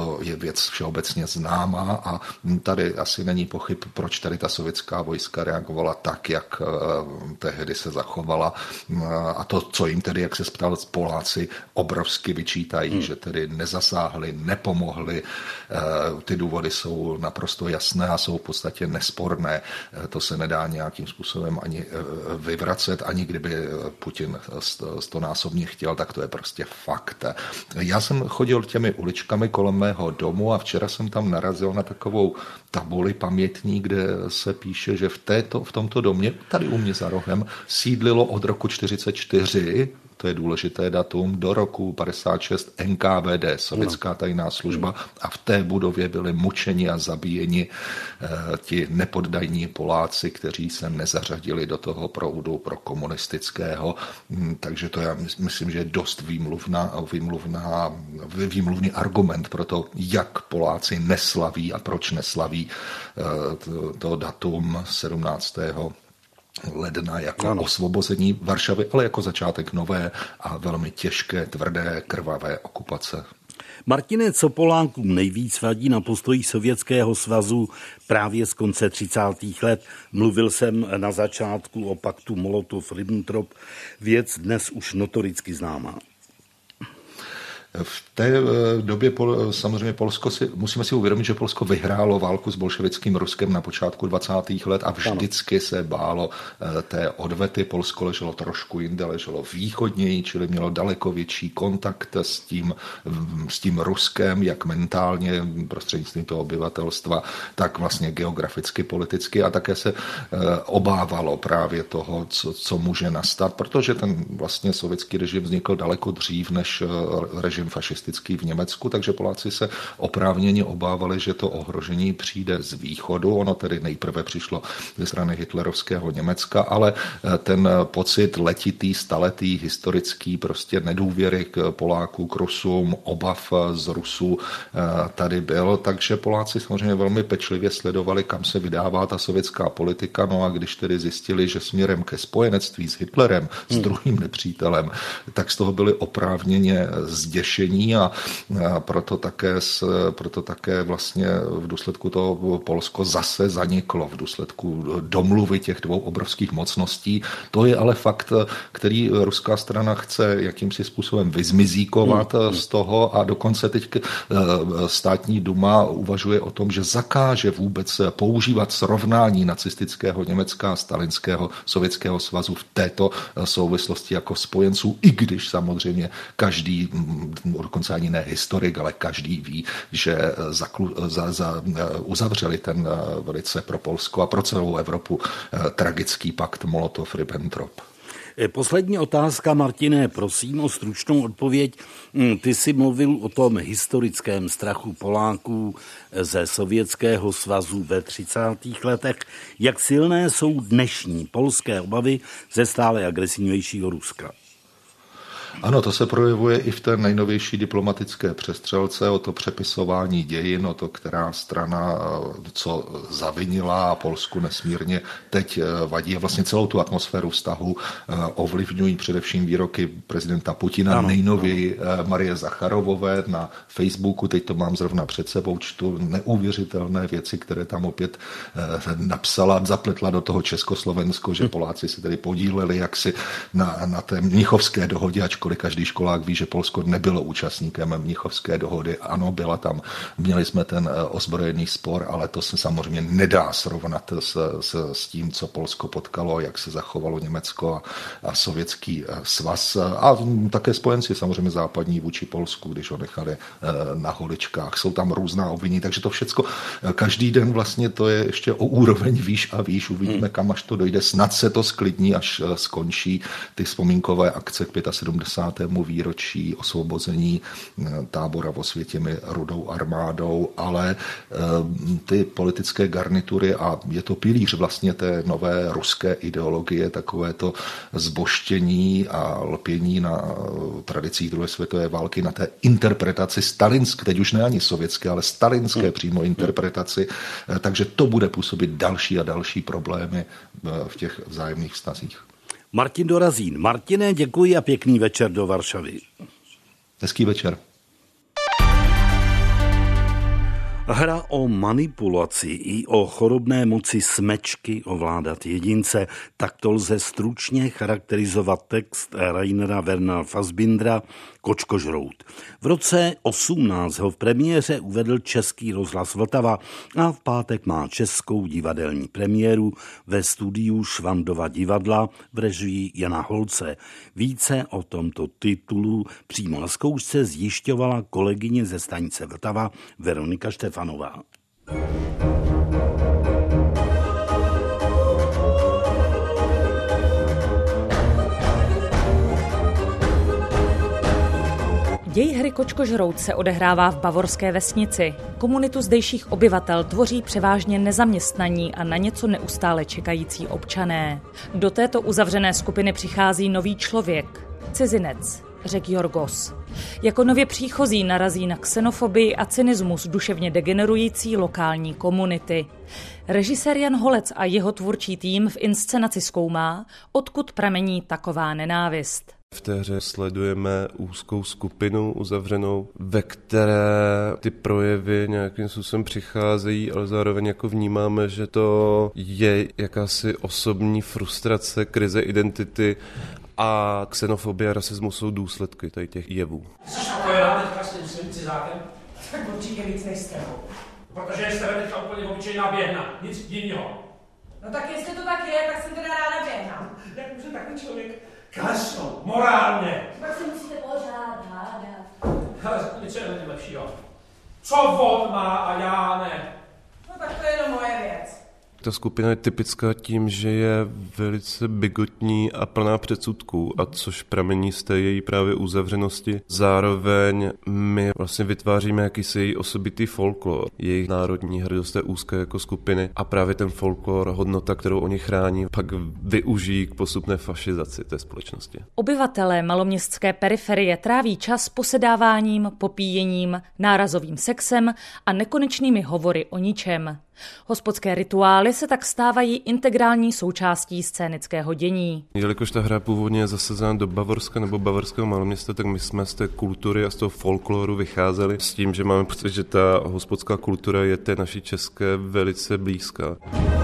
S7: to je věc všeobecně známá a tady asi není pochyb, proč tady ta sovětská vojska reagovala tak, jak tehdy se zachovala. A to, co jim tedy, jak se ptal Poláci, obrovsky vyčítají, hmm. že tedy nezasáhli, nepomohli. Ty důvody jsou naprosto jasné a jsou v podstatě nesporné. To se nedá nějakým způsobem ani vyvracet, ani kdyby Putin stonásobně chtěl, tak to je prostě fakt. Já jsem chodil těmi uličkami kolem mého domu a včera jsem tam narazil na takovou tabuli pamětní, kde se píše, že v, této, v tomto domě, tady u mě za rohem, sídlilo od roku čtyřicet čtyři, to je důležité datum, do roku padesát šest N K V D, sovětská tajná služba, a v té budově byli mučeni a zabíjeni eh, ti nepoddajní Poláci, kteří se nezařadili do toho proudu pro komunistického. Hm, takže to já myslím, že je dost výmluvná, výmluvná, výmluvný argument pro to, jak Poláci neslaví a proč neslaví eh, to, to datum sedmnáctého ledna jako ano. osvobození Varšavy, ale jako začátek nové a velmi těžké, tvrdé, krvavé okupace.
S1: Martine, co Polákům nejvíc vadí na postoji Sovětského svazu právě z konce třicátých let? Mluvil jsem na začátku o paktu Molotov-Ribbentrop, věc dnes už notoricky známá.
S7: V té době samozřejmě Polsko si, musíme si uvědomit, že Polsko vyhrálo válku s bolševickým Ruskem na počátku dvacátých let a vždycky se bálo té odvety. Polsko leželo trošku jinde, leželo východněji, čili mělo daleko větší kontakt s tím, s tím Ruskem, jak mentálně prostřednictvím toho obyvatelstva, tak vlastně geograficky, politicky a také se obávalo právě toho, co, co může nastat, protože ten vlastně sovětský režim vznikl daleko dřív než režim fašistický v Německu, takže Poláci se oprávněně obávali, že to ohrožení přijde z východu. Ono tedy nejprve přišlo ze strany hitlerovského Německa, ale ten pocit letitý, staletý, historický, prostě nedůvěry k Poláků, k Rusům, obav z Rusů tady byl, takže Poláci samozřejmě velmi pečlivě sledovali, kam se vydává ta sovětská politika, no a když tedy zjistili, že směrem ke spojenectví s Hitlerem, s druhým nepřítelem, tak z toho byli oprávněně zděšení a proto také, proto také vlastně v důsledku toho Polsko zase zaniklo v důsledku domluvy těch dvou obrovských mocností. To je ale fakt, který ruská strana chce jakýmsi způsobem vyzmizíkovat hmm. z toho a dokonce teď státní duma uvažuje o tom, že zakáže vůbec používat srovnání nacistického Německa a stalinského Sovětského svazu v této souvislosti jako spojenců, i když samozřejmě každý, dokonce ani ne historik, ale každý ví, že zaklu, za, za, uzavřeli ten velice pro Polsko a pro celou Evropu tragický pakt Molotov-Ribbentrop.
S1: Poslední otázka, Martine, prosím o stručnou odpověď. Ty jsi mluvil o tom historickém strachu Poláků ze Sovětského svazu ve třicátých letech. Jak silné jsou dnešní polské obavy ze stále agresivnějšího Ruska?
S7: Ano, to se projevuje i v té nejnovější diplomatické přestřelce, o to přepisování dějin, o to, která strana co zavinila a Polsku nesmírně teď vadí. Vlastně celou tu atmosféru vztahu ovlivňují především výroky prezidenta Putina, ano, nejnověji ano. Marie Zacharovové na Facebooku, teď to mám zrovna před sebou, čtu neuvěřitelné věci, které tam opět napsala, zapletla do toho Československo, že Poláci se tedy podíleli jaksi na, na té mnichovské dohodě, ačkoliv každý školák ví, že Polsko nebylo účastníkem mnichovské dohody. Ano, byla tam, měli jsme ten ozbrojený spor, ale to se samozřejmě nedá srovnat s, s, s tím, co Polsko potkalo, jak se zachovalo Německo a, a Sovětský svaz. A také spojenci samozřejmě západní vůči Polsku, když ho nechali na holičkách. Jsou tam různá obvinění, takže to všecko, každý den vlastně to je ještě o úroveň výš a výš. Uvidíme, kam až to dojde. Snad se to sklidní, až skončí ty vzpomínkové akce k sedmdesátému pátému výročí osvobození tábora v Osvětimi Rudou armádou, ale ty politické garnitury, a je to pilíř vlastně té nové ruské ideologie, takové to zboštění a lpění na tradicích druhé světové války, na té interpretaci stalinské, teď už ne ani sovětské, ale stalinské hmm. přímo interpretaci, takže to bude působit další a další problémy v těch vzájemných vztazích.
S1: Martin Dorazín. Martine, děkuji a pěkný večer do Varšavy.
S7: Hezký večer.
S1: Hra o manipulaci i o chorobné moci smečky ovládat jedince. Takto lze stručně charakterizovat text Rainera Wernera Fassbindera Kočkožrout. V roce osmnáct ho v premiéře uvedl Český rozhlas Vltava a v pátek má českou divadelní premiéru ve studiu Švandova divadla v režii Jana Holce. Více o tomto titulu přímo na zkoušce zjišťovala kolegyně ze stanice Vltava Veronika Štefanová.
S8: Děj hry Kočkožrout se odehrává v bavorské vesnici. Komunitu zdejších obyvatel tvoří převážně nezaměstnaní a na něco neustále čekající občané. Do této uzavřené skupiny přichází nový člověk, cizinec, řek Jorgos. Jako nově příchozí narazí na xenofobii a cynismus duševně degenerující lokální komunity. Režisér Jan Holec a jeho tvůrčí tým v inscenaci zkoumá, odkud pramení taková nenávist.
S9: V té hře sledujeme úzkou skupinu uzavřenou, ve které ty projevy nějakým způsobem přicházejí, ale zároveň jako vnímáme, že to je jakási osobní frustrace, krize identity a xenofobie a rasismus jsou důsledky tady těch jevů.
S10: Jsi spojená teďka s tím svým cizákem? Tak určitě víc nejste. Protože jste teďka úplně obyčejná běhna, nic jiného.
S11: No tak jestli to tak je, tak jsem teda ráda běhna.
S10: Jak může takový člověk kašnout, morálně?
S11: Tak se musíte pořád hádat.
S10: Ale řekni, co je na tím lepšího? Co on má a já ne?
S11: No tak to je jenom moje věc.
S9: Ta skupina je typická tím, že je velice bigotní a plná předsudků, a což pramení z té její právě uzavřenosti. Zároveň my vlastně vytváříme jakýsi její osobitý folklor, jejich národní hrdost je úzké jako skupiny a právě ten folklor, hodnota, kterou oni chrání, pak využijí k postupné fašizaci té společnosti.
S8: Obyvatelé maloměstské periferie tráví čas posedáváním, popíjením, nárazovým sexem a nekonečnými hovory o ničem. Hospodské rituály se tak stávají integrální součástí scénického dění.
S9: Jelikož ta hra původně je zasazena do Bavorska nebo bavorského maloměsta, tak my jsme z té kultury a z toho folkloru vycházeli s tím, že máme pocit, že ta hospodská kultura je té naší české velice blízká.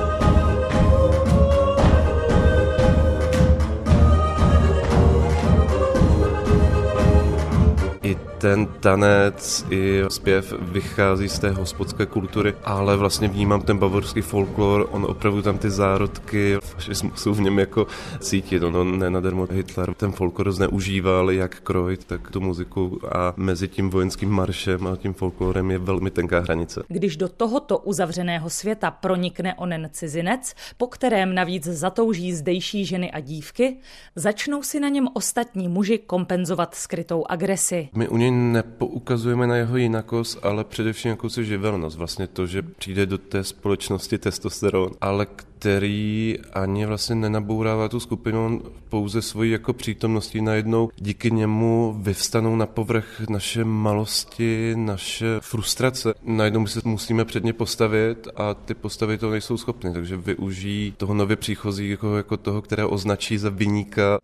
S9: I ten tanec, i zpěv vychází z té hospodské kultury, ale vlastně vnímám ten bavorský folklor, on opravdu tam ty zárodky fašismu v něm jako cítit. Ono nenadarmo Hitler ten folklor zneužíval jak krojit, tak tu muziku a mezi tím vojenským maršem a tím folklorem je velmi tenká hranice.
S8: Když do tohoto uzavřeného světa pronikne onen cizinec, po kterém navíc zatouží zdejší ženy a dívky, začnou si na něm ostatní muži kompenzovat skrytou agresi.
S9: My u něj nepoukazujeme na jeho jinakost, ale především jakousi živelnost. Vlastně to, že přijde do té společnosti testosteron, ale který ani vlastně nenabourává tu skupinu, on pouze svojí jako přítomností najednou díky němu vyvstanou na povrch naše malosti, naše frustrace. Najednou my se musíme před ně postavit a ty postavy to nejsou schopny, takže využijí toho nově příchozí jako, jako toho, které označí za viníka.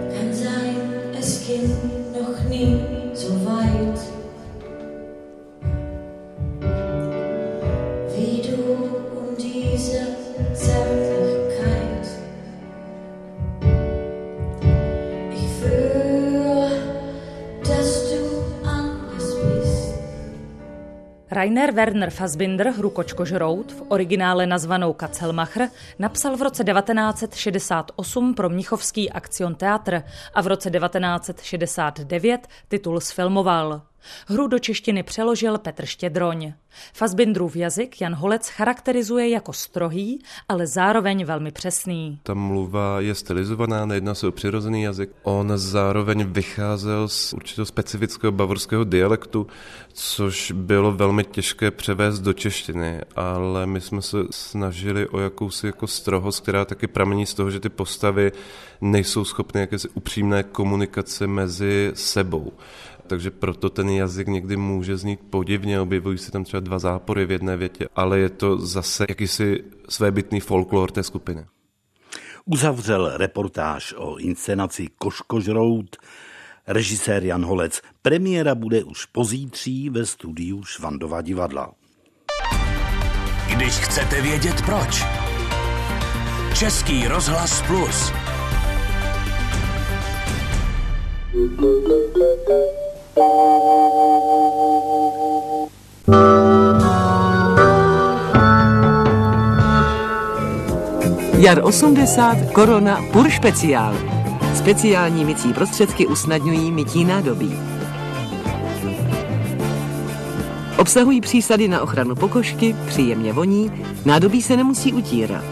S12: So weit wie du um diese Zärtlichkeit. Ich fühle, dass du anders bist.
S8: Rainer Werner Fassbinder hru Kočkožrout, v originále nazvanou Katzelmacher, napsal v roce devatenáct set šedesát osm pro mnichovský Aktion Theatr a v roce devatenáct set šedesát devět titul sfilmoval. Hru do češtiny přeložil Petr Štědroň. Fassbinderův jazyk Jan Holec charakterizuje jako strohý, ale zároveň velmi přesný.
S9: Ta mluva je stylizovaná, nejedná se o přirozený jazyk. On zároveň vycházel z určitého specifického bavorského dialektu, což bylo velmi těžké převést do češtiny, ale my jsme se snažili o jakousi jako strohost, která taky pramení z toho, že ty postavy nejsou schopny jakési upřímné komunikace mezi sebou. Takže proto ten jazyk někdy může znít podivně, objevují se tam třeba dva zápory v jedné větě, ale je to zase jakýsi svébytný folklor té skupiny.
S1: Uzavřel reportáž o inscenaci Kočkožrout režisér Jan Holec. Premiéra bude už pozítří ve studiu Švandova divadla.
S2: když chcete vědět proč. Český rozhlas Plus.
S13: Jar osmdesát Korona Pur Speciál. Speciální mycí prostředky usnadňují mytí nádobí. Obsahují přísady na ochranu pokožky, příjemně voní, nádobí se nemusí utírat.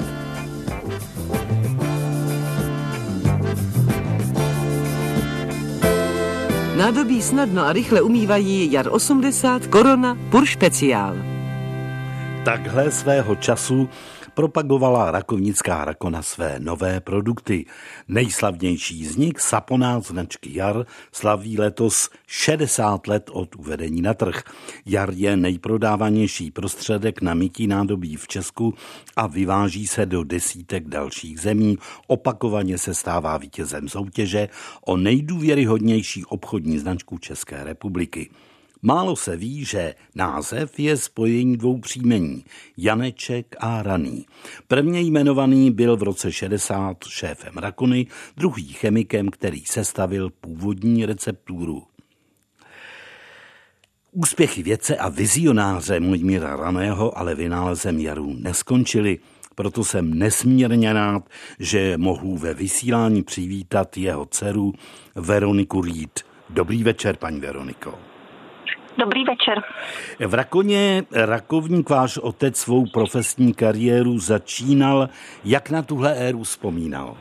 S13: Nádobí snadno a rychle umývají Jar osmdesát Korona Pur Speciál.
S1: Takhle svého času propagovala rakovnická Rakona své nové produkty. Nejslavnější z nich, saponát značky Jar, slaví letos šedesát let od uvedení na trh. Jar je nejprodávanější prostředek na mytí nádobí v Česku a vyváží se do desítek dalších zemí. Opakovaně se stává vítězem soutěže o nejdůvěryhodnější obchodní značku České republiky. Málo se ví, že název je spojení dvou příjmení, Janeček a Raný. Prvně jmenovaný byl v roce šedesát šéfem Rakony, druhý chemikem, který sestavil původní recepturu. Úspěchy vědce a vizionáře Mojmíra Raného ale vynálezem Jaru neskončily. Proto jsem nesmírně rád, že mohu ve vysílání přivítat jeho dceru Veroniku Reed. Dobrý večer, paní Veroniko.
S14: Dobrý večer.
S1: V Rakoně rakovník váš otec svou profesní kariéru začínal. Jak na tuhle éru vzpomínal?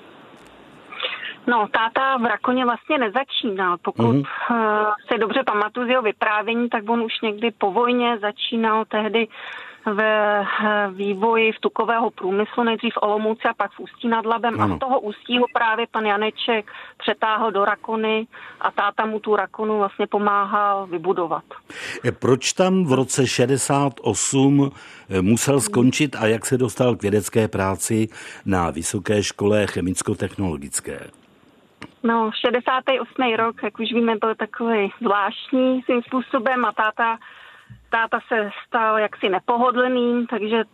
S14: No, táta v Rakoně vlastně nezačínal. Pokud mm-hmm. se dobře pamatuju z jeho vyprávění, tak on už někdy po vojně začínal tehdy ve vývoji vtukového průmyslu, nejdřív v Olomouci a pak v Ústí nad Labem. Ano. A z toho Ústí ho právě pan Janeček přetáhl do Rakony a táta mu tu Rakonu vlastně pomáhal vybudovat.
S1: Proč tam v roce šedesát osm musel skončit a jak se dostal k vědecké práci na Vysoké škole chemicko-technologické?
S14: No, šedesátý osmý rok, jak už víme, byl takový zvláštní svým způsobem a táta Táta se stal jaksi nepohodlným, takže e,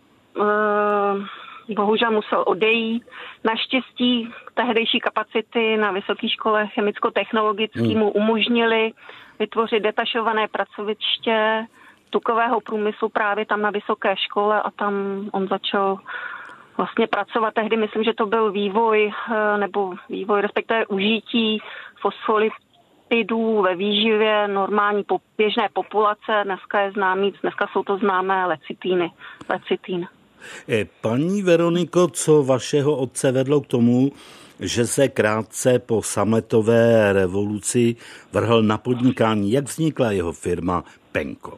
S14: bohužel musel odejít. Naštěstí tehdejší kapacity na Vysoké škole chemicko-technologický mu umožnili vytvořit detašované pracoviště tukového průmyslu právě tam na Vysoké škole a tam on začal vlastně pracovat. Tehdy myslím, že to byl vývoj, nebo vývoj, respektive užití fosfolipidů ve výživě normální běžné populace. Dneska je známý, dneska jsou to známé lecitíny. Lecitín.
S1: Paní Veroniko, co vašeho otce vedlo k tomu, že se krátce po sametové revoluci vrhl na podnikání? Jak vznikla jeho firma Penko?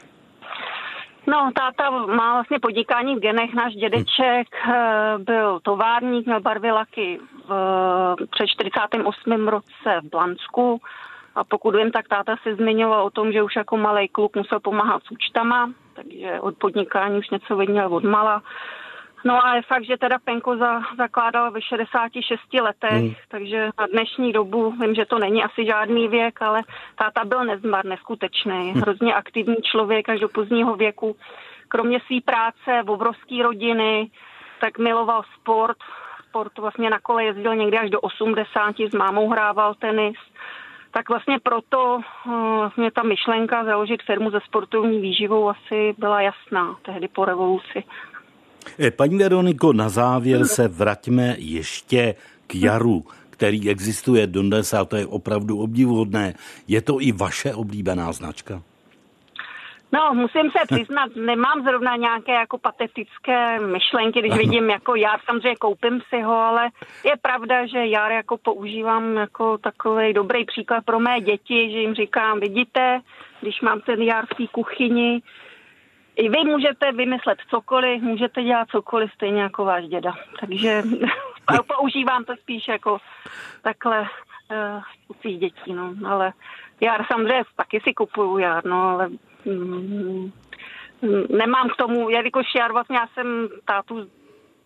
S14: No, táta má vlastně podnikání v genech. Náš dědeček byl továrník, měl barvilaky v, před čtyřicátým osmým roce v Blansku. A pokud vím, tak táta se zmiňoval o tom, že už jako malej kluk musel pomáhat s účtama, takže od podnikání už něco věděl od mala. No a je fakt, že teda Penko za, zakládal ve šedesáti šesti letech, hmm. takže na dnešní dobu, vím, že to není asi žádný věk, ale táta byl nezmar, neskutečný, hmm. hrozně aktivní člověk až do pozdního věku. Kromě své práce, obrovské rodiny, tak miloval sport. Sport vlastně na kole jezdil někdy až do osmdesáti, s mámou hrával tenis. Tak vlastně proto vlastně ta myšlenka založit firmu se sportovní výživou asi byla jasná tehdy po revoluci.
S1: Paní Veroniko, na závěr se vraťme ještě k Jaru, který existuje dodnes a to je opravdu obdivuhodné. Je to i vaše oblíbená značka?
S14: No, musím se přiznat, nemám zrovna nějaké jako patetické myšlenky, když vidím jako Jar, samozřejmě koupím si ho, ale je pravda, že Jar jako používám jako takový dobrý příklad pro mé děti, že jim říkám, vidíte, když mám ten Jar v té kuchyni, i vy můžete vymyslet cokoliv, můžete dělat cokoliv, stejně jako váš děda. Takže používám to spíš jako takhle uh, u svých dětí, no. Ale Jar samozřejmě taky si kupuju Jar, no, ale mm, nemám k tomu, jelikož Jar vlastně já jsem tátu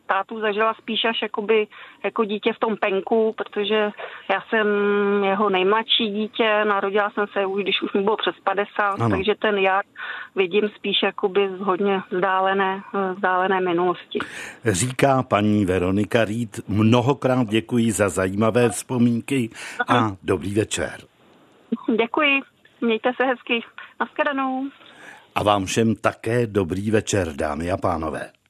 S14: tátu zažila spíš až jakoby, jako dítě v tom penku, protože já jsem jeho nejmladší dítě, narodila jsem se už, když už mi bylo přes padesát, ano. Takže ten já vidím spíš jakoby z hodně vzdálené, vzdálené minulosti.
S1: Říká paní Veronika Rýt, mnohokrát děkuji za zajímavé vzpomínky a dobrý večer.
S14: Děkuji, mějte se hezky, nashledanou.
S1: A vám všem také dobrý večer, dámy a pánové.